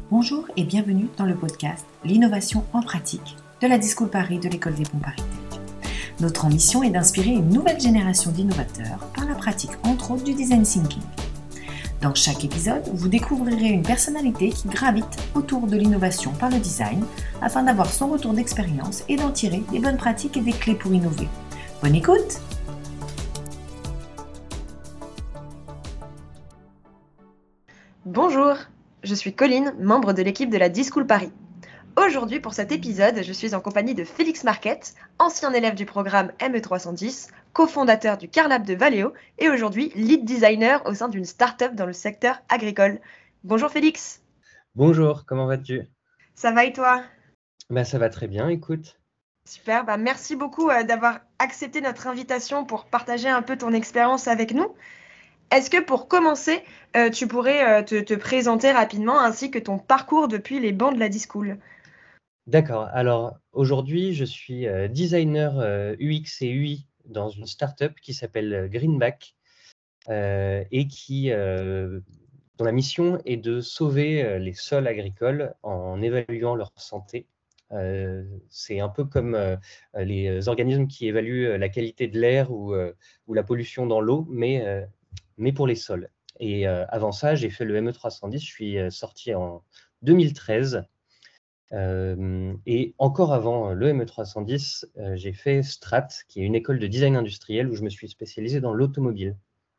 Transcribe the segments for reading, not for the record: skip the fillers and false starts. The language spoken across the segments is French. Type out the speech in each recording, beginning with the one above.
Bonjour et bienvenue dans le podcast L'innovation en pratique de la D-School Paris de l'École des Ponts Paris Tech. Notre ambition est d'inspirer une nouvelle génération d'innovateurs par la pratique entre autres du design thinking. Dans chaque épisode, vous découvrirez une personnalité qui gravite autour de l'innovation par le design afin d'avoir son retour d'expérience et d'en tirer des bonnes pratiques et des clés pour innover. Bonne écoute! Bonjour, je suis Colline, membre de l'équipe de la D-School Paris. Aujourd'hui, pour cet épisode, je suis en compagnie de Félix Marquette, ancien élève du programme ME310, cofondateur du Carlab de Valeo et aujourd'hui lead designer au sein d'une start-up dans le secteur agricole. Bonjour Félix. Bonjour, comment vas-tu? Ça va et toi? Ça va très bien, écoute. Super, merci beaucoup d'avoir accepté notre invitation pour partager un peu ton expérience avec nous. Est-ce que pour commencer, tu pourrais te présenter rapidement ainsi que ton parcours depuis les bancs de la D-School? D'accord, alors aujourd'hui je suis designer UX et UI dans une start-up qui s'appelle Greenback et dont la mission est de sauver les sols agricoles en évaluant leur santé. C'est un peu comme les organismes qui évaluent la qualité de l'air ou la pollution dans l'eau, mais pour les sols. Et avant ça, j'ai fait le ME310, je suis sorti en 2013. Et encore avant le ME310, j'ai fait Strat, qui est une école de design industriel où je me suis spécialisé dans l'automobile.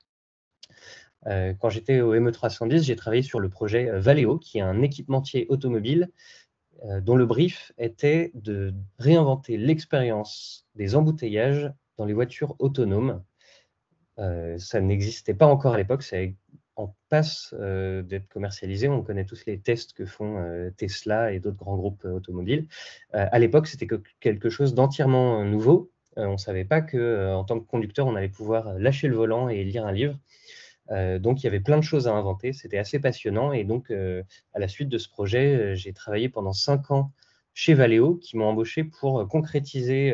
Quand j'étais au ME310, j'ai travaillé sur le projet Valeo, qui est un équipementier automobile dont le brief était de réinventer l'expérience des embouteillages dans les voitures autonomes. Ça n'existait pas encore à l'époque, ça en passe d'être commercialisé. On connaît tous les tests que font Tesla et d'autres grands groupes automobiles. À l'époque, c'était quelque chose d'entièrement nouveau. On ne savait pas qu'en tant que conducteur, on allait pouvoir lâcher le volant et lire un livre. Donc, il y avait plein de choses à inventer. C'était assez passionnant. Et donc, à la suite de ce projet, j'ai travaillé pendant 5 ans chez Valeo, qui m'ont embauché pour concrétiser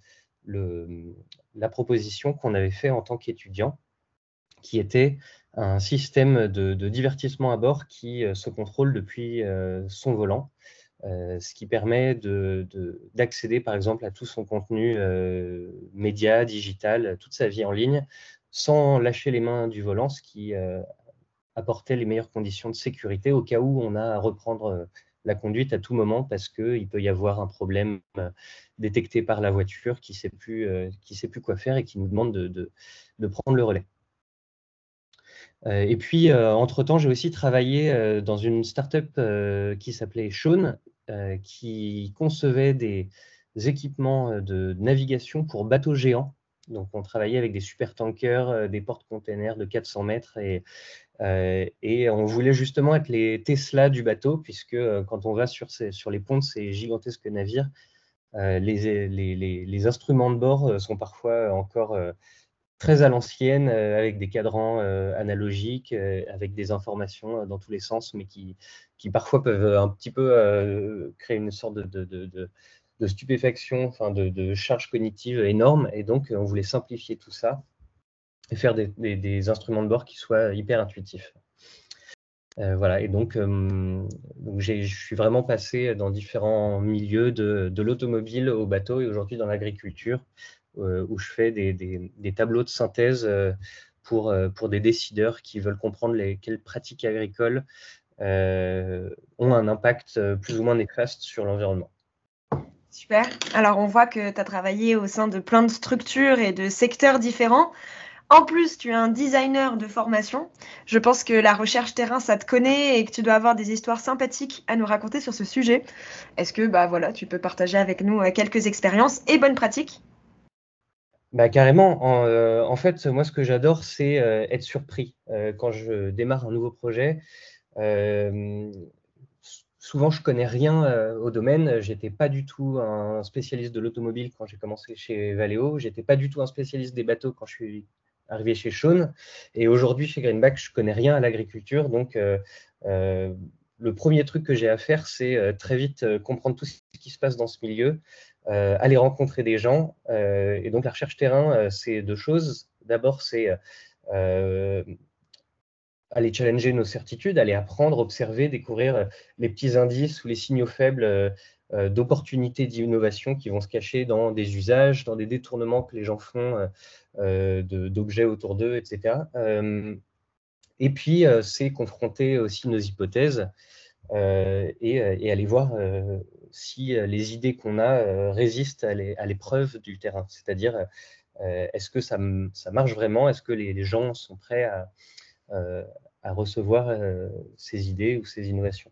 la proposition qu'on avait fait en tant qu'étudiant, qui était un système de divertissement à bord qui se contrôle depuis son volant, ce qui permet d'accéder par exemple à tout son contenu média, digital, toute sa vie en ligne, sans lâcher les mains du volant, ce qui apportait les meilleures conditions de sécurité au cas où on a à reprendre la conduite à tout moment parce qu'il peut y avoir un problème détecté par la voiture qui ne sait plus quoi faire et qui nous demande de prendre le relais. Et puis, entre-temps, j'ai aussi travaillé dans une start-up qui s'appelait Shaun, qui concevait des équipements de navigation pour bateaux géants. Donc, on travaillait avec des supertankers, des porte-containers de 400 mètres et on voulait justement être les Tesla du bateau, puisque quand on va sur les ponts de ces gigantesques navires, les instruments de bord sont parfois encore très à l'ancienne, avec des cadrans analogiques, avec des informations dans tous les sens, mais qui parfois peuvent un petit peu créer une sorte de stupéfaction, enfin de charge cognitive énorme. Et donc, on voulait simplifier tout ça et faire des instruments de bord qui soient hyper intuitifs. Voilà, et donc je suis vraiment passé dans différents milieux de l'automobile au bateau et aujourd'hui dans l'agriculture, où je fais des tableaux de synthèse pour des décideurs qui veulent comprendre quelles pratiques agricoles ont un impact plus ou moins néfaste sur l'environnement. Super. Alors, on voit que tu as travaillé au sein de plein de structures et de secteurs différents. En plus, tu es un designer de formation. Je pense que la recherche terrain, ça te connaît et que tu dois avoir des histoires sympathiques à nous raconter sur ce sujet. Est-ce que tu peux partager avec nous quelques expériences et bonnes pratiques? Carrément. En fait, moi, ce que j'adore, c'est être surpris. Quand je démarre un nouveau projet, souvent, je connais rien au domaine. J'étais pas du tout un spécialiste de l'automobile quand j'ai commencé chez Valeo. J'étais pas du tout un spécialiste des bateaux quand je suis arrivé chez Shaun. Et aujourd'hui, chez Greenback, je connais rien à l'agriculture. Donc, le premier truc que j'ai à faire, c'est très vite comprendre tout ce qui se passe dans ce milieu, aller rencontrer des gens. Et donc, la recherche terrain, c'est deux choses. D'abord, c'est aller challenger nos certitudes, aller apprendre, observer, découvrir les petits indices ou les signaux faibles d'opportunités d'innovation qui vont se cacher dans des usages, dans des détournements que les gens font d'objets autour d'eux, etc. Et puis, c'est confronter aussi nos hypothèses et aller voir si les idées qu'on a résistent à l'épreuve du terrain. C'est-à-dire, est-ce que ça marche vraiment? Est-ce que les gens sont prêts à recevoir ces idées ou ces innovations?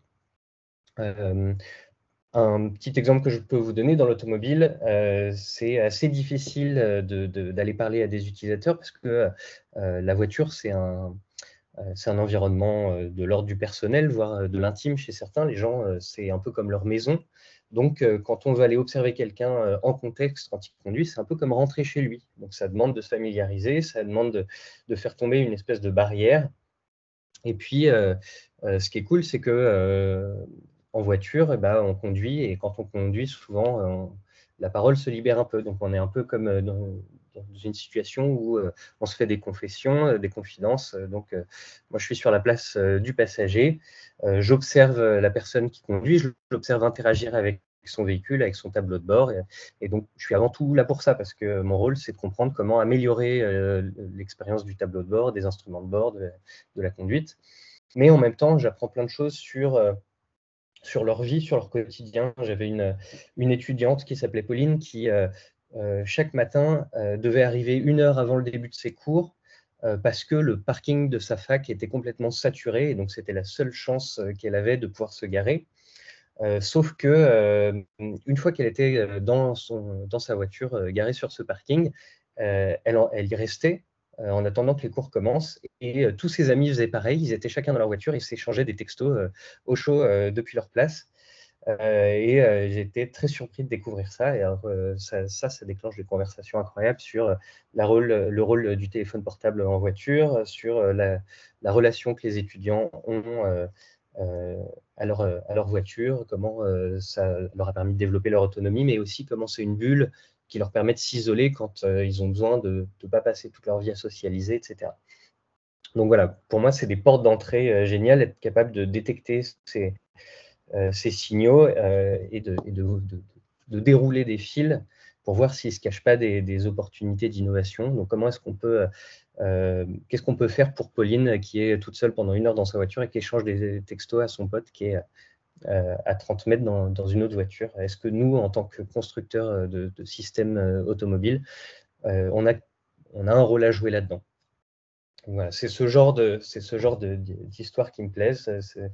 Un petit exemple que je peux vous donner dans l'automobile, c'est assez difficile d'aller parler à des utilisateurs parce que la voiture, c'est un environnement de l'ordre du personnel, voire de l'intime chez certains. Les gens, c'est un peu comme leur maison. Donc, quand on veut aller observer quelqu'un en contexte, quand il conduit, c'est un peu comme rentrer chez lui. Donc, ça demande de se familiariser, ça demande de faire tomber une espèce de barrière. Et puis, ce qui est cool, c'est que en voiture, on conduit, et quand on conduit, souvent, la parole se libère un peu. Donc, on est un peu comme dans une situation où on se fait des confessions, des confidences. Donc, moi, je suis sur la place du passager. J'observe la personne qui conduit, je l'observe interagir avec son véhicule, avec son tableau de bord. Et donc, je suis avant tout là pour ça, parce que mon rôle, c'est de comprendre comment améliorer l'expérience du tableau de bord, des instruments de bord, de la conduite. Mais en même temps, j'apprends plein de choses sur leur vie, sur leur quotidien. J'avais une étudiante qui s'appelait Pauline qui, chaque matin, devait arriver 1 heure avant le début de ses cours parce que le parking de sa fac était complètement saturé, et donc c'était la seule chance qu'elle avait de pouvoir se garer. Sauf que une fois qu'elle était dans sa voiture garée sur ce parking, elle y restait en attendant que les cours commencent. Et tous ses amis faisaient pareil, ils étaient chacun dans leur voiture, ils s'échangeaient des textos au chaud depuis leur place. J'étais très surpris de découvrir ça. Et alors, ça déclenche des conversations incroyables sur le rôle du téléphone portable en voiture, sur la relation que les étudiants ont à leur voiture, comment ça leur a permis de développer leur autonomie, mais aussi comment c'est une bulle qui leur permet de s'isoler quand ils ont besoin de ne pas passer toute leur vie à socialiser, etc. Donc voilà, pour moi, c'est des portes d'entrée géniales, être capable de détecter ces signaux et de dérouler des fils pour voir s'il ne se cache pas des opportunités d'innovation. Donc, comment est-ce qu'on peut, qu'est-ce qu'on peut faire pour Pauline qui est toute seule pendant 1 heure dans sa voiture et qui échange des textos à son pote qui est à 30 mètres dans une autre voiture? Est-ce que nous, en tant que constructeurs de systèmes automobiles, on a un rôle à jouer là-dedans? Voilà, c'est ce genre d'histoire qui me plaise.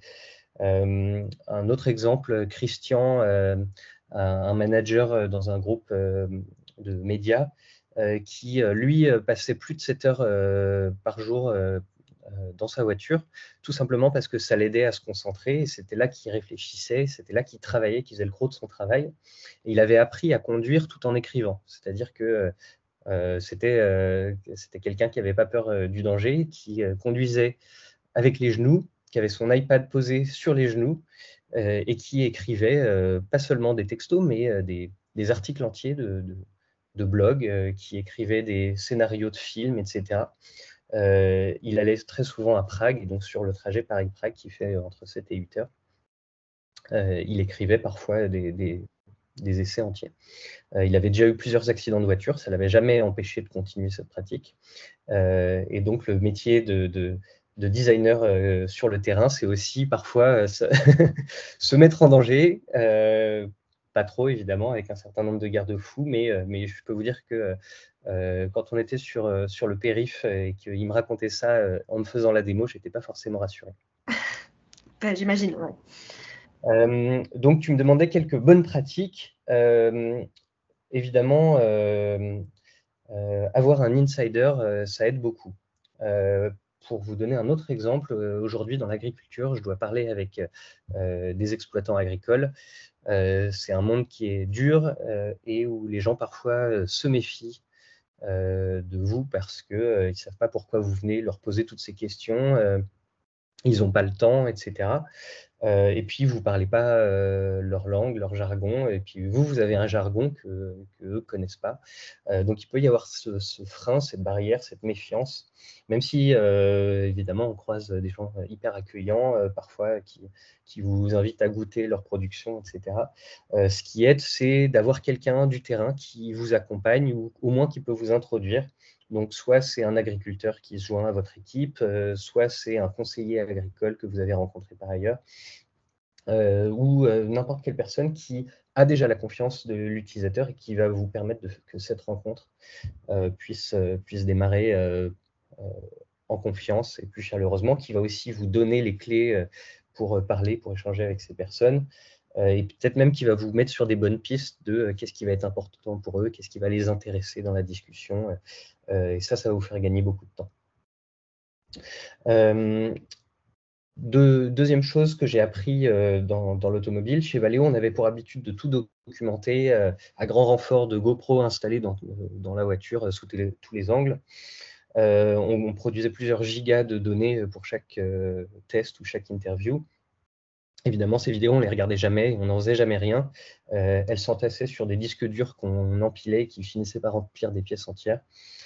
Un autre exemple, Christian, un manager dans un groupe de médias, qui, lui, passait plus de 7 heures par jour dans sa voiture, tout simplement parce que ça l'aidait à se concentrer. C'était là qu'il réfléchissait, c'était là qu'il travaillait, qu'il faisait le gros de son travail. Et il avait appris à conduire tout en écrivant. C'est-à-dire que c'était quelqu'un qui n'avait pas peur du danger, qui conduisait avec les genoux, qui avait son iPad posé sur les genoux et qui écrivait pas seulement des textos, mais des articles entiers de blogs, qui écrivait des scénarios de films, etc. Il allait très souvent à Prague, et donc sur le trajet Paris-Prague qui fait entre 7 et 8 heures, il écrivait parfois des essais entiers. Il avait déjà eu plusieurs accidents de voiture, ça ne l'avait jamais empêché de continuer cette pratique. Et donc, le métier de designer sur le terrain, c'est aussi parfois se mettre en danger, pas trop évidemment, avec un certain nombre de garde-fous, mais je peux vous dire que quand on était sur le périph' et qu'il me racontait ça en me faisant la démo, je n'étais pas forcément rassuré. J'imagine, ouais. Donc, tu me demandais quelques bonnes pratiques. Évidemment, avoir un insider, ça aide beaucoup. Pour vous donner un autre exemple, aujourd'hui dans l'agriculture, je dois parler avec des exploitants agricoles. C'est un monde qui est dur et où les gens parfois se méfient de vous parce qu'ils ne savent pas pourquoi vous venez leur poser toutes ces questions. ils n'ont pas le temps, etc. Et puis, vous ne parlez pas leur langue, leur jargon, et puis vous avez un jargon qu'eux ne connaissent pas. Donc, il peut y avoir ce frein, cette barrière, cette méfiance, même si, évidemment, on croise des gens hyper accueillants, parfois, qui vous invitent à goûter leur production, etc. Ce qui aide, c'est d'avoir quelqu'un du terrain qui vous accompagne, ou au moins qui peut vous introduire. Donc, soit c'est un agriculteur qui se joint à votre équipe, soit c'est un conseiller agricole que vous avez rencontré par ailleurs, ou n'importe quelle personne qui a déjà la confiance de l'utilisateur et qui va vous permettre que cette rencontre puisse démarrer en confiance et plus chaleureusement, qui va aussi vous donner les clés pour parler, pour échanger avec ces personnes, et peut-être même qui va vous mettre sur des bonnes pistes de qu'est-ce qui va être important pour eux, qu'est-ce qui va les intéresser dans la discussion, et ça va vous faire gagner beaucoup de temps. Deuxième chose que j'ai appris dans l'automobile, chez Valeo, on avait pour habitude de tout documenter à grand renfort de GoPro installés dans la voiture sous tous les angles. On produisait plusieurs gigas de données pour chaque test ou chaque interview. Évidemment, ces vidéos, on ne les regardait jamais, on n'en faisait jamais rien. Elles s'entassaient sur des disques durs qu'on empilait et qui finissaient par remplir des pièces entières.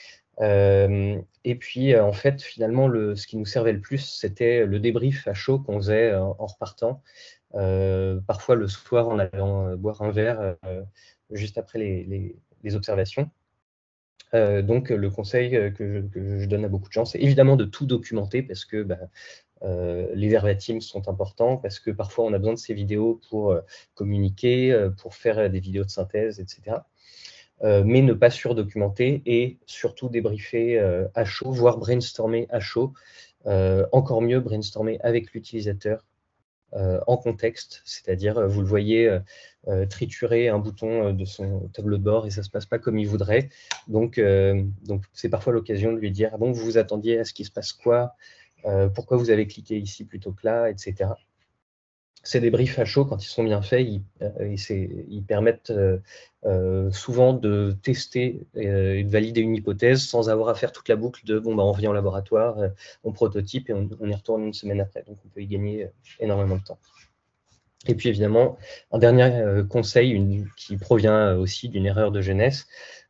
Et puis, en fait, finalement, ce qui nous servait le plus, c'était le débrief à chaud qu'on faisait en repartant. Parfois, le soir, en allant boire un verre juste après les observations. Donc, le conseil que je donne à beaucoup de gens, c'est évidemment de tout documenter parce que les verbatims sont importants, parce que parfois, on a besoin de ces vidéos pour communiquer, pour faire des vidéos de synthèse, etc. Mais ne pas surdocumenter et surtout débriefer à chaud, voire brainstormer à chaud. Encore mieux, brainstormer avec l'utilisateur en contexte, c'est-à-dire vous le voyez triturer un bouton de son tableau de bord et ça ne se passe pas comme il voudrait. Donc c'est parfois l'occasion de lui dire « bon, vous vous attendiez à ce qu'il se passe quoi, pourquoi vous avez cliqué ici plutôt que là, etc. » Ces débriefs à chaud, quand ils sont bien faits, ils permettent souvent de tester et de valider une hypothèse sans avoir à faire toute la boucle de bon, on revient au laboratoire, on prototype et on y retourne une semaine après. Donc, on peut y gagner énormément de temps. Et puis, évidemment, un dernier conseil qui provient aussi d'une erreur de jeunesse.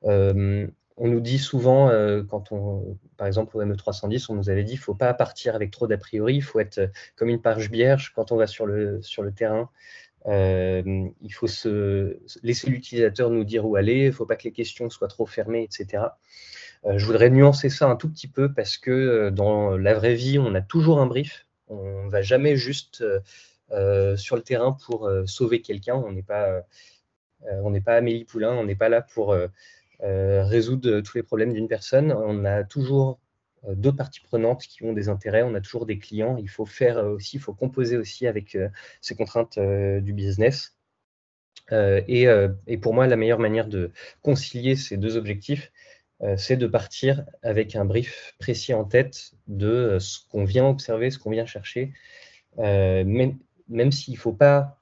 On nous dit souvent, par exemple au ME310, on nous avait dit qu'il ne faut pas partir avec trop d'a priori, il faut être comme une page vierge quand on va sur le terrain. Il faut laisser l'utilisateur nous dire où aller, il ne faut pas que les questions soient trop fermées, etc. Je voudrais nuancer ça un tout petit peu parce que dans la vraie vie, on a toujours un brief. On ne va jamais juste sur le terrain pour sauver quelqu'un. On n'est pas Amélie Poulain, on n'est pas là pour résoudre tous les problèmes d'une personne. On a toujours d'autres parties prenantes qui ont des intérêts, on a toujours des clients. Il faut composer aussi avec ces contraintes du business. Et pour moi, la meilleure manière de concilier ces deux objectifs, c'est de partir avec un brief précis en tête de ce qu'on vient observer, ce qu'on vient chercher, même s'il ne faut pas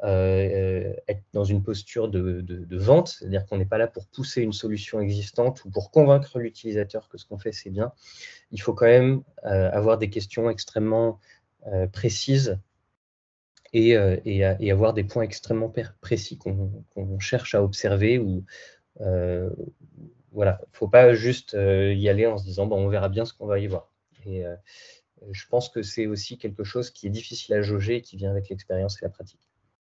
être dans une posture de vente, c'est-à-dire qu'on n'est pas là pour pousser une solution existante ou pour convaincre l'utilisateur que ce qu'on fait, c'est bien. Il faut quand même avoir des questions extrêmement précises et avoir des points extrêmement précis qu'on cherche à observer. Voilà, il ne faut pas juste y aller en se disant bon, on verra bien ce qu'on va y voir. Et je pense que c'est aussi quelque chose qui est difficile à jauger et qui vient avec l'expérience et la pratique.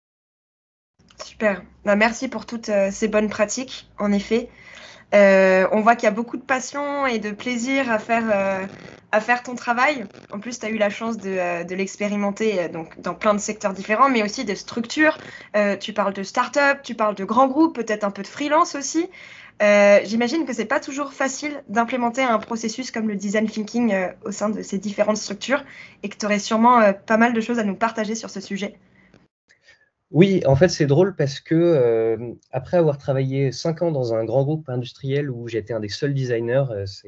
Super. Merci pour toutes ces bonnes pratiques, en effet. On voit qu'il y a beaucoup de passion et de plaisir à faire ton travail. En plus, tu as eu la chance de l'expérimenter donc, dans plein de secteurs différents, mais aussi de structures. Tu parles de start-up, tu parles de grands groupes, peut-être un peu de freelance aussi. J'imagine que ce n'est pas toujours facile d'implémenter un processus comme le design thinking au sein de ces différentes structures et que tu aurais sûrement pas mal de choses à nous partager sur ce sujet. Oui, en fait, c'est drôle parce que après avoir travaillé 5 ans dans un grand groupe industriel où j'étais un des seuls designers,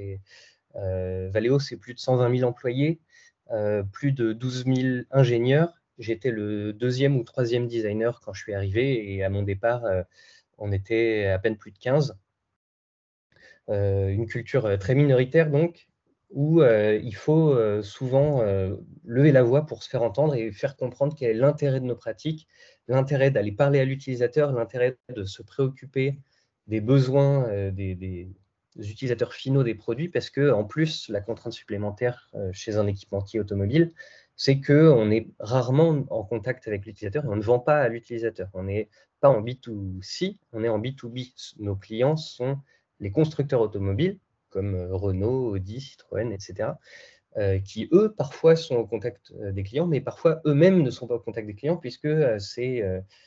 Valeo, c'est plus de 120 000 employés, plus de 12 000 ingénieurs. J'étais le 2e ou 3e designer quand je suis arrivé et à mon départ, on était à peine plus de 15. Une culture très minoritaire donc. où il faut souvent lever la voix pour se faire entendre et faire comprendre quel est l'intérêt de nos pratiques, l'intérêt d'aller parler à l'utilisateur, l'intérêt de se préoccuper des besoins des utilisateurs finaux des produits, parce qu'en plus, la contrainte supplémentaire chez un équipementier automobile, c'est qu'on est rarement en contact avec l'utilisateur et on ne vend pas à l'utilisateur. On n'est pas en B2C, on est en B2B. Nos clients sont les constructeurs automobiles, comme Renault, Audi, Citroën, etc., qui, eux, parfois sont au contact des clients, mais parfois eux-mêmes ne sont pas au contact des clients, puisque c'est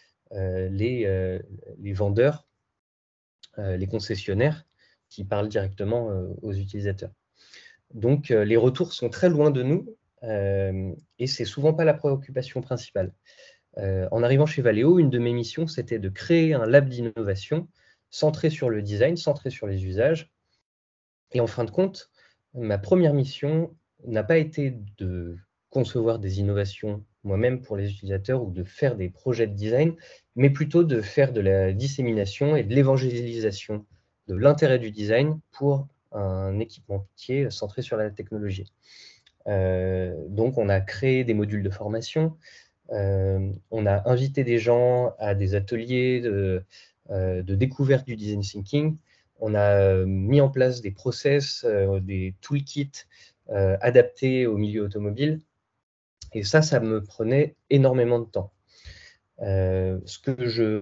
les vendeurs, les concessionnaires, qui parlent directement aux utilisateurs. Donc, les retours sont très loin de nous, et c'est souvent pas la préoccupation principale. En arrivant chez Valeo, une de mes missions, c'était de créer un lab d'innovation centré sur le design, centré sur les usages. Et en fin de compte, ma première mission n'a pas été de concevoir des innovations moi-même pour les utilisateurs ou de faire des projets de design, mais plutôt de faire de la dissémination et de l'évangélisation de l'intérêt du design pour un équipementier centré sur la technologie. Donc, on a créé des modules de formation, on a invité des gens à des ateliers de découverte du design thinking. On a mis en place des process, des toolkits adaptés au milieu automobile. Et ça me prenait énormément de temps. Ce que je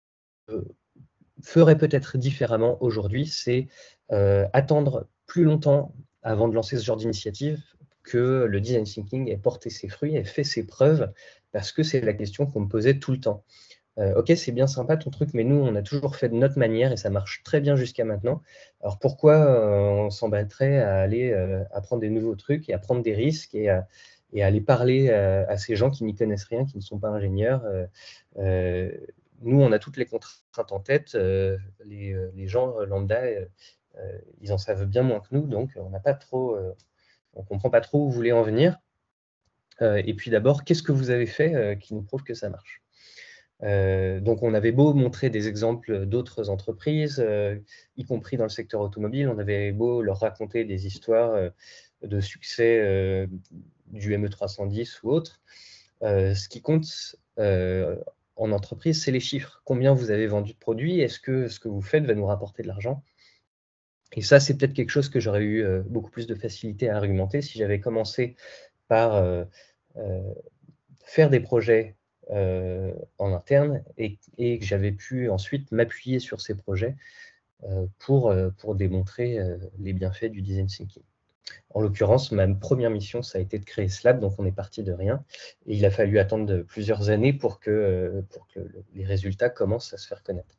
ferais peut-être différemment aujourd'hui, c'est attendre plus longtemps avant de lancer ce genre d'initiative, que le design thinking ait porté ses fruits, ait fait ses preuves, parce que c'est la question qu'on me posait tout le temps. Ok, c'est bien sympa ton truc, mais nous, on a toujours fait de notre manière et ça marche très bien jusqu'à maintenant. Alors pourquoi on s'embattrait à aller apprendre des nouveaux trucs et à prendre des risques et à aller parler à ces gens qui n'y connaissent rien, qui ne sont pas ingénieurs. Nous, on a toutes les contraintes en tête. Les gens lambda, ils en savent bien moins que nous, donc on n'a pas trop, on comprend pas trop où vous voulez en venir. Et puis d'abord, qu'est-ce que vous avez fait qui nous prouve que ça marche? Donc, on avait beau montrer des exemples d'autres entreprises, y compris dans le secteur automobile, on avait beau leur raconter des histoires de succès du ME310 ou autre. Ce qui compte en entreprise, c'est les chiffres. Combien vous avez vendu de produits? Est-ce que ce que vous faites va nous rapporter de l'argent? Et ça, c'est peut-être quelque chose que j'aurais eu beaucoup plus de facilité à argumenter si j'avais commencé par faire des projets en interne et que j'avais pu ensuite m'appuyer sur ces projets pour démontrer les bienfaits du design thinking. En l'occurrence, ma première mission, ça a été de créer ce lab, donc on est parti de rien. Et il a fallu attendre plusieurs années pour que les résultats commencent à se faire connaître.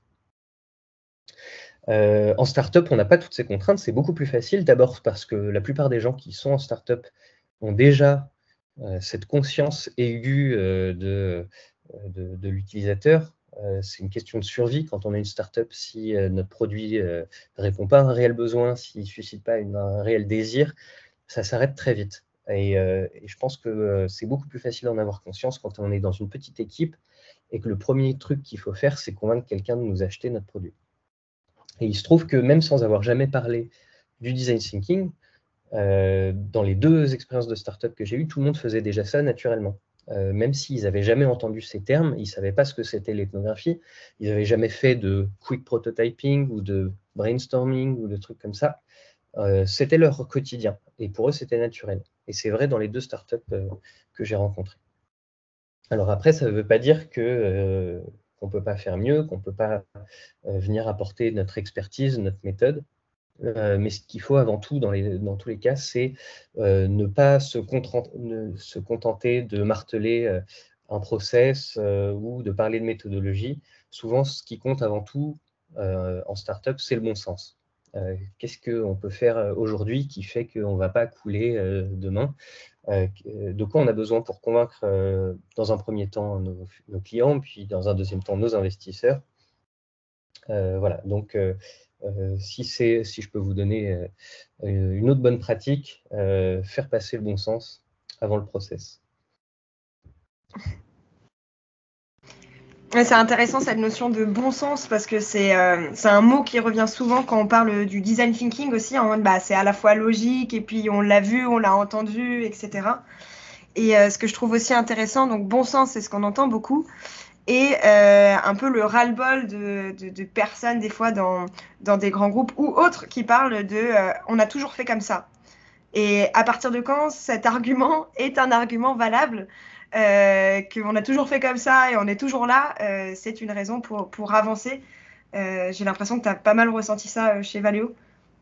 En startup, on n'a pas toutes ces contraintes, c'est beaucoup plus facile. D'abord parce que la plupart des gens qui sont en startup ont déjà cette conscience aiguë de l'utilisateur. C'est une question de survie quand on est une startup. Si notre produit ne répond pas à un réel besoin, s'il ne suscite pas un réel désir, ça s'arrête très vite. Et je pense que c'est beaucoup plus facile d'en avoir conscience quand on est dans une petite équipe et que le premier truc qu'il faut faire, c'est convaincre quelqu'un de nous acheter notre produit. Et il se trouve que même sans avoir jamais parlé du design thinking, dans les 2 expériences de start-up que j'ai eues, tout le monde faisait déjà ça naturellement. Même s'ils n'avaient jamais entendu ces termes, ils ne savaient pas ce que c'était l'ethnographie, ils n'avaient jamais fait de quick prototyping ou de brainstorming ou de trucs comme ça. C'était leur quotidien et pour eux, c'était naturel. Et c'est vrai dans les 2 startups que j'ai rencontrées. Alors après, ça ne veut pas dire que qu'on ne peut pas faire mieux, qu'on ne peut pas venir apporter notre expertise, notre méthode. Mais ce qu'il faut avant tout, dans tous les cas, c'est ne pas se contenter de marteler un process ou de parler de méthodologie. Souvent, ce qui compte avant tout en startup, c'est le bon sens. Qu'est-ce qu'on peut faire aujourd'hui qui fait qu'on ne va pas couler demain? De quoi on a besoin pour convaincre dans un premier temps nos clients, puis dans un deuxième temps nos investisseurs. Voilà, donc si je peux vous donner une autre bonne pratique, faire passer le bon sens avant le process. Ouais, c'est intéressant cette notion de bon sens parce que c'est un mot qui revient souvent quand on parle du design thinking aussi, en mode bah, c'est à la fois logique et puis on l'a vu, on l'a entendu, etc. Et ce que je trouve aussi intéressant, donc bon sens, c'est ce qu'on entend beaucoup, et un peu le ras-le-bol de personnes des fois dans des grands groupes ou autres qui parlent de on a toujours fait comme ça. Et à partir de quand cet argument est un argument valable, qu'on a toujours fait comme ça et on est toujours là, c'est une raison pour avancer. J'ai l'impression que tu as pas mal ressenti ça chez Valeo.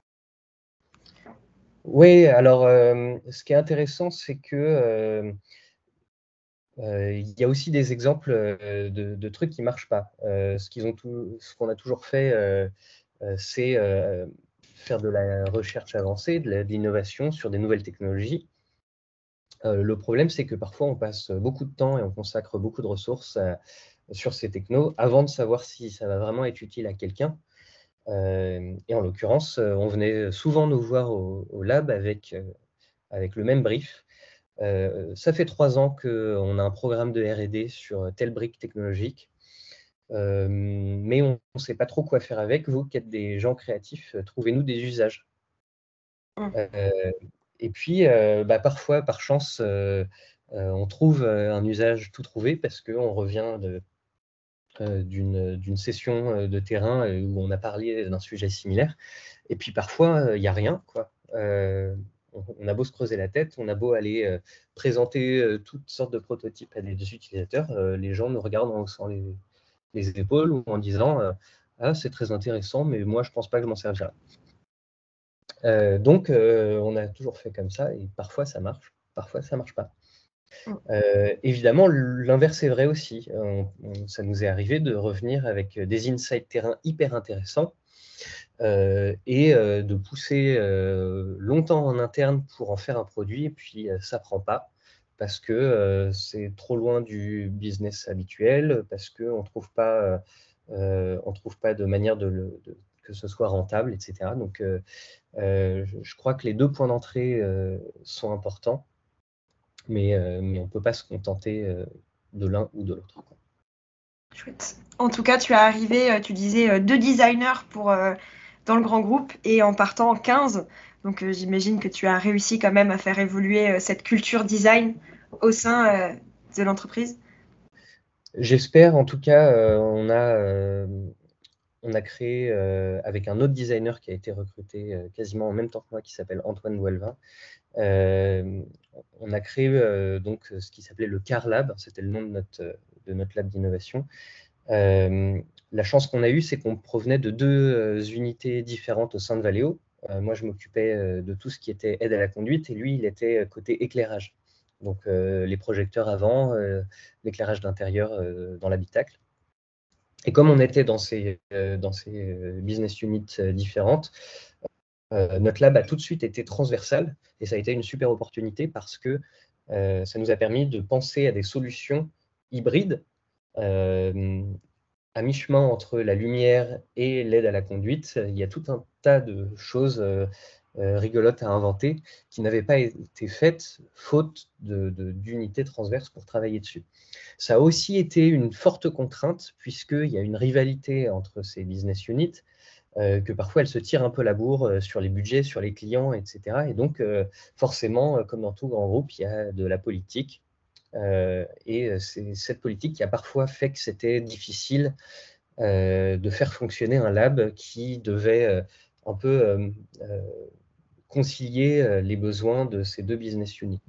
Oui, alors ce qui est intéressant, c'est que il y a aussi des exemples de trucs qui ne marchent pas. Ce qu'on a toujours fait, c'est faire de la recherche avancée, de l'innovation sur des nouvelles technologies. Le problème, c'est que parfois, on passe beaucoup de temps et on consacre beaucoup de ressources sur ces technos avant de savoir si ça va vraiment être utile à quelqu'un. Et en l'occurrence, on venait souvent nous voir au lab avec le même brief. Ça fait 3 ans qu'on a un programme de R&D sur telle brique technologique, mais on ne sait pas trop quoi faire avec. Vous qui êtes des gens créatifs, trouvez-nous des usages. Euh, et puis, parfois, par chance, on trouve un usage tout trouvé parce qu'on revient d'une session de terrain où on a parlé d'un sujet similaire. Et puis parfois, il n'y a rien, quoi. On a beau se creuser la tête, on a beau aller présenter toutes sortes de prototypes à des utilisateurs, les gens nous regardent en haussant les épaules ou en disant ah, c'est très intéressant, mais moi, je ne pense pas que je m'en servirai. Donc, on a toujours fait comme ça, et parfois ça marche, parfois ça ne marche pas. Évidemment, l'inverse est vrai aussi. Ça nous est arrivé de revenir avec des insights terrain hyper intéressants et de pousser longtemps en interne pour en faire un produit, et puis ça ne prend pas parce que c'est trop loin du business habituel, parce qu'on ne trouve pas de manière que ce soit rentable, etc. Donc, je crois que les 2 points d'entrée sont importants, mais on ne peut pas se contenter de l'un ou de l'autre. Chouette. En tout cas, tu es arrivé, tu disais 2 designers dans le grand groupe et en partant 15. Donc, j'imagine que tu as réussi quand même à faire évoluer cette culture design au sein de l'entreprise. J'espère. En tout cas, on a créé, avec un autre designer qui a été recruté quasiment en même temps que moi, qui s'appelle Antoine Boelvin, on a créé donc ce qui s'appelait le CAR Lab. C'était le nom de notre lab d'innovation. La chance qu'on a eue, c'est qu'on provenait de 2 unités différentes au sein de Valeo. Moi, je m'occupais de tout ce qui était aide à la conduite, et lui, il était côté éclairage. Donc, les projecteurs avant, l'éclairage d'intérieur dans l'habitacle. Et comme on était dans ces business units différentes, notre lab a tout de suite été transversal, et ça a été une super opportunité parce que ça nous a permis de penser à des solutions hybrides à mi-chemin entre la lumière et l'aide à la conduite. Il y a tout un tas de choses rigolotes à inventer qui n'avaient pas été faites faute d'unités transverses pour travailler dessus. Ça a aussi été une forte contrainte puisqu'il y a une rivalité entre ces business units, que parfois elles se tirent un peu la bourre sur les budgets, sur les clients, etc. Et donc, forcément, comme dans tout grand groupe, il y a de la politique. Et c'est cette politique qui a parfois fait que c'était difficile de faire fonctionner un lab qui devait un peu concilier les besoins de ces 2 business units.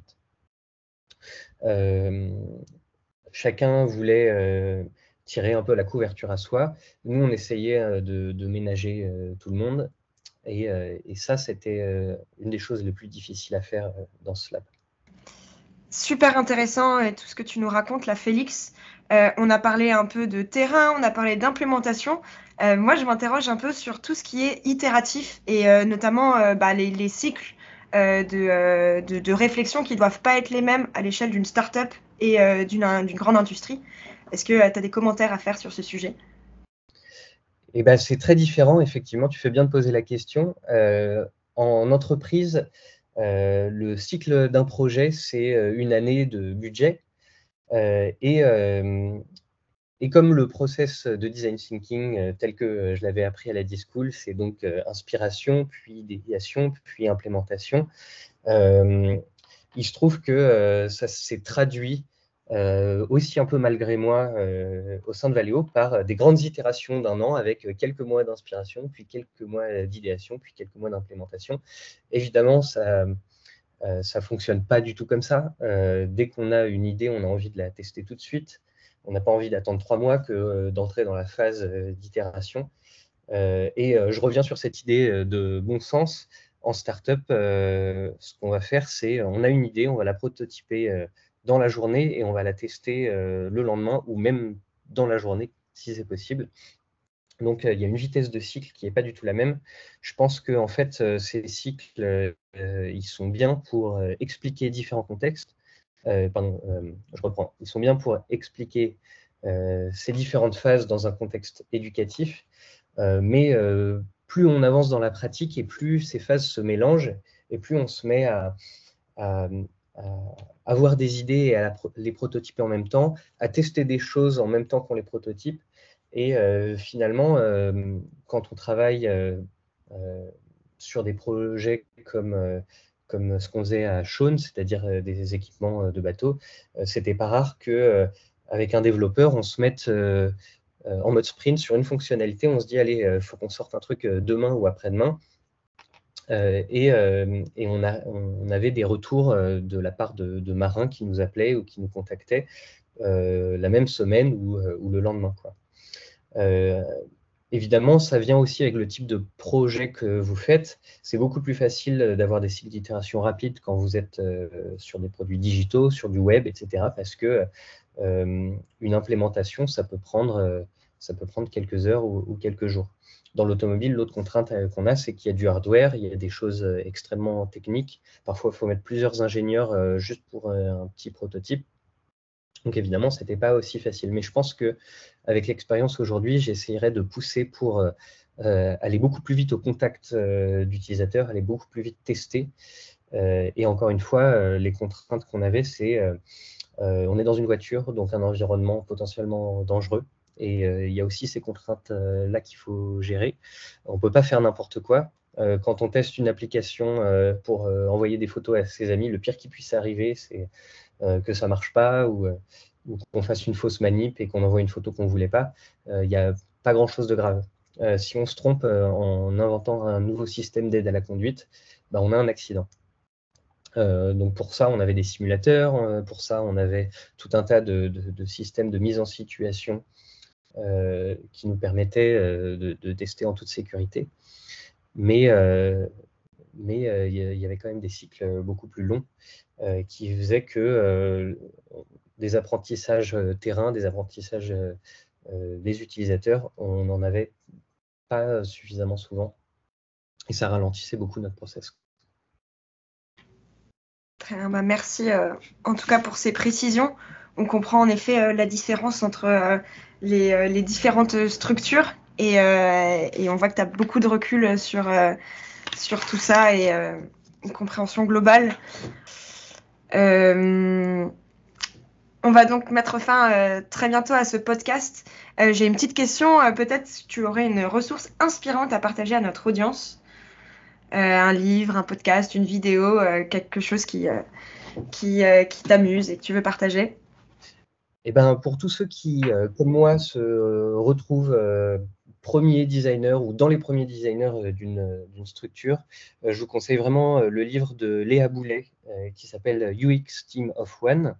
Chacun voulait tirer un peu la couverture à soi. Nous, on essayait de ménager tout le monde. Et ça, c'était une des choses les plus difficiles à faire dans ce lab. Super intéressant tout ce que tu nous racontes là, Félix. On a parlé un peu de terrain, on a parlé d'implémentation. Moi, je m'interroge un peu sur tout ce qui est itératif et notamment les cycles de réflexion qui ne doivent pas être les mêmes à l'échelle d'une start-up et d'une grande industrie. Est-ce que tu as des commentaires à faire sur ce sujet? Eh ben, c'est très différent, effectivement. Tu fais bien de poser la question. En entreprise, le cycle d'un projet, c'est une année de budget. Et Et comme le process de design thinking tel que je l'avais appris à la D-School, c'est donc inspiration, puis idéation, puis implémentation. Il se trouve que ça s'est traduit aussi un peu malgré moi au sein de Valeo par des grandes itérations d'1 an avec quelques mois d'inspiration, puis quelques mois d'idéation, puis quelques mois d'implémentation. Évidemment, ça ne fonctionne pas du tout comme ça. Dès qu'on a une idée, on a envie de la tester tout de suite. On n'a pas envie d'attendre 3 mois que d'entrer dans la phase d'itération. Je reviens sur cette idée de bon sens. En startup, ce qu'on va faire, c'est on a une idée, on va la prototyper dans la journée et on va la tester le lendemain ou même dans la journée si c'est possible. Donc, il y a une vitesse de cycle qui n'est pas du tout la même. Je pense que en fait, ces cycles, ils sont bien pour expliquer différents contextes. Je reprends. Ils sont bien pour expliquer ces différentes phases dans un contexte éducatif. Mais plus on avance dans la pratique et plus ces phases se mélangent et plus on se met à avoir des idées et à les prototyper en même temps, à tester des choses en même temps qu'on les prototype. Et finalement, quand on travaille sur des projets comme ce qu'on faisait à Shaun, c'est-à-dire des équipements de bateau, c'était pas rare qu'avec un développeur, on se mette en mode sprint sur une fonctionnalité, on se dit allez, il faut qu'on sorte un truc demain ou après-demain. Et on avait des retours de la part de marins qui nous appelaient ou qui nous contactaient la même semaine ou le lendemain, quoi. Évidemment, ça vient aussi avec le type de projet que vous faites. C'est beaucoup plus facile d'avoir des cycles d'itération rapides quand vous êtes sur des produits digitaux, sur du web, etc. Parce que une implémentation, ça peut prendre quelques heures ou quelques jours. Dans l'automobile, l'autre contrainte qu'on a, c'est qu'il y a du hardware, il y a des choses extrêmement techniques. Parfois, il faut mettre plusieurs ingénieurs juste pour un petit prototype. Donc évidemment, ce n'était pas aussi facile. Mais je pense qu'avec l'expérience aujourd'hui, j'essaierai de pousser pour aller beaucoup plus vite au contact d'utilisateurs, aller beaucoup plus vite tester. Et encore une fois, les contraintes qu'on avait, c'est on est dans une voiture, donc un environnement potentiellement dangereux. Et il y a aussi ces contraintes-là qu'il faut gérer. On ne peut pas faire n'importe quoi. Quand on teste une application pour envoyer des photos à ses amis, le pire qui puisse arriver, c'est que ça ne marche pas ou qu'on fasse une fausse manip et qu'on envoie une photo qu'on ne voulait pas. Il n'y a pas grand-chose de grave. Si on se trompe en inventant un nouveau système d'aide à la conduite, bah, on a un accident. Donc pour ça, on avait des simulateurs, pour ça, on avait tout un tas de systèmes de mise en situation qui nous permettaient de tester en toute sécurité. Mais il y avait quand même des cycles beaucoup plus longs qui faisaient que des apprentissages terrain, des apprentissages des utilisateurs, on n'en avait pas suffisamment souvent et ça ralentissait beaucoup notre process. Très bien, bah merci en tout cas pour ces précisions. On comprend en effet la différence entre les différentes structures et on voit que tu as beaucoup de recul sur tout ça et une compréhension globale. On va donc mettre fin très bientôt à ce podcast. J'ai une petite question. Peut-être si tu aurais une ressource inspirante à partager à notre audience. Un livre, un podcast, une vidéo, quelque chose qui t'amuse et que tu veux partager. Et ben, pour tous ceux qui, comme moi, se retrouvent premiers designers ou dans les premiers designers d'une structure, je vous conseille vraiment le livre de Léa Boulet qui s'appelle UX Team of One.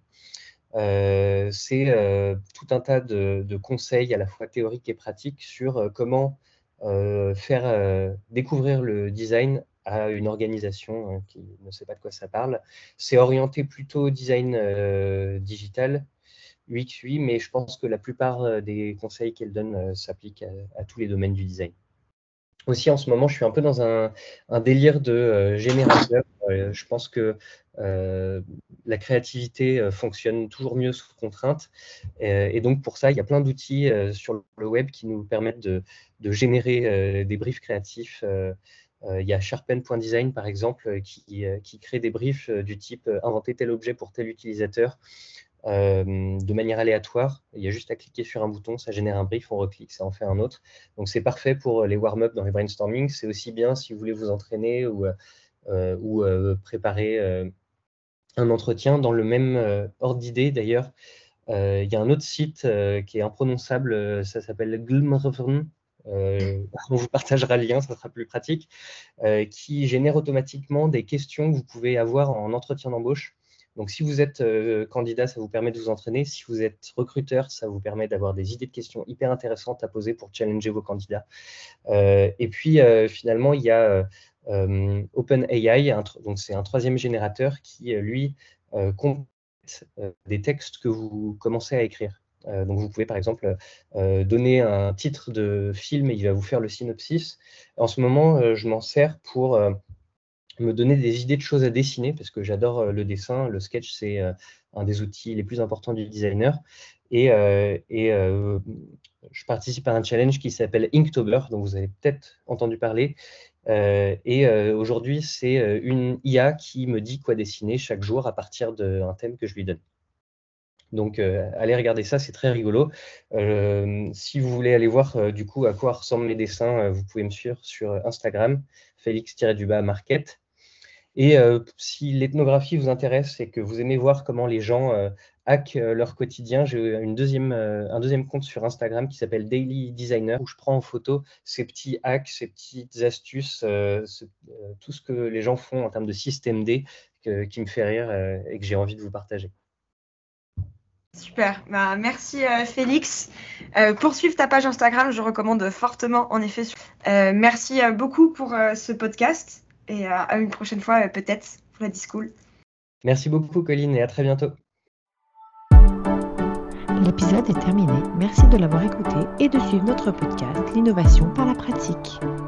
C'est tout un tas de conseils à la fois théoriques et pratiques sur comment faire découvrir le design à une organisation qui ne sait pas de quoi ça parle. C'est orienté plutôt design digital, UX, oui, mais je pense que la plupart des conseils qu'elle donne s'appliquent à tous les domaines du design. Aussi, en ce moment, je suis un peu dans un délire de générateur. Je pense que la créativité fonctionne toujours mieux sous contrainte. Et donc, pour ça, il y a plein d'outils sur le web qui nous permettent de générer des briefs créatifs. Il y a Sharpen.design, par exemple, qui crée des briefs du type inventer tel objet pour tel utilisateur de manière aléatoire. Il y a juste à cliquer sur un bouton, ça génère un brief, on reclique, ça en fait un autre. Donc c'est parfait pour les warm-up dans les brainstorming. C'est aussi bien si vous voulez vous entraîner ou préparer un entretien. Dans le même ordre d'idée d'ailleurs, il y a un autre site qui est imprononçable, ça s'appelle Glmrvn. On vous partagera le lien, ça sera plus pratique, qui génère automatiquement des questions que vous pouvez avoir en entretien d'embauche. Donc, si vous êtes candidat, ça vous permet de vous entraîner. Si vous êtes recruteur, ça vous permet d'avoir des idées de questions hyper intéressantes à poser pour challenger vos candidats. Et puis, finalement, il y a OpenAI, donc c'est un troisième générateur qui, lui, complète des textes que vous commencez à écrire. Donc, vous pouvez, par exemple, donner un titre de film et il va vous faire le synopsis. En ce moment, je m'en sers pour me donner des idées de choses à dessiner parce que j'adore le dessin. Le sketch, c'est un des outils les plus importants du designer. Et je participe à un challenge qui s'appelle Inktober, dont vous avez peut-être entendu parler. Aujourd'hui, c'est une IA qui me dit quoi dessiner chaque jour à partir d'un thème que je lui donne. Donc, allez regarder ça, c'est très rigolo. Si vous voulez aller voir du coup à quoi ressemblent les dessins, vous pouvez me suivre sur Instagram, Félix-Market. Et si l'ethnographie vous intéresse et que vous aimez voir comment les gens hackent leur quotidien, j'ai un deuxième compte sur Instagram qui s'appelle Daily Designer, où je prends en photo ces petits hacks, ces petites astuces, tout ce que les gens font en termes de système D qui me fait rire et que j'ai envie de vous partager. Super, merci Félix. Pour suivre ta page Instagram, je recommande fortement en effet. Merci beaucoup pour ce podcast et à une prochaine fois peut-être pour la Discool. Merci beaucoup Colline et à très bientôt. L'épisode est terminé. Merci de l'avoir écouté et de suivre notre podcast L'innovation par la pratique.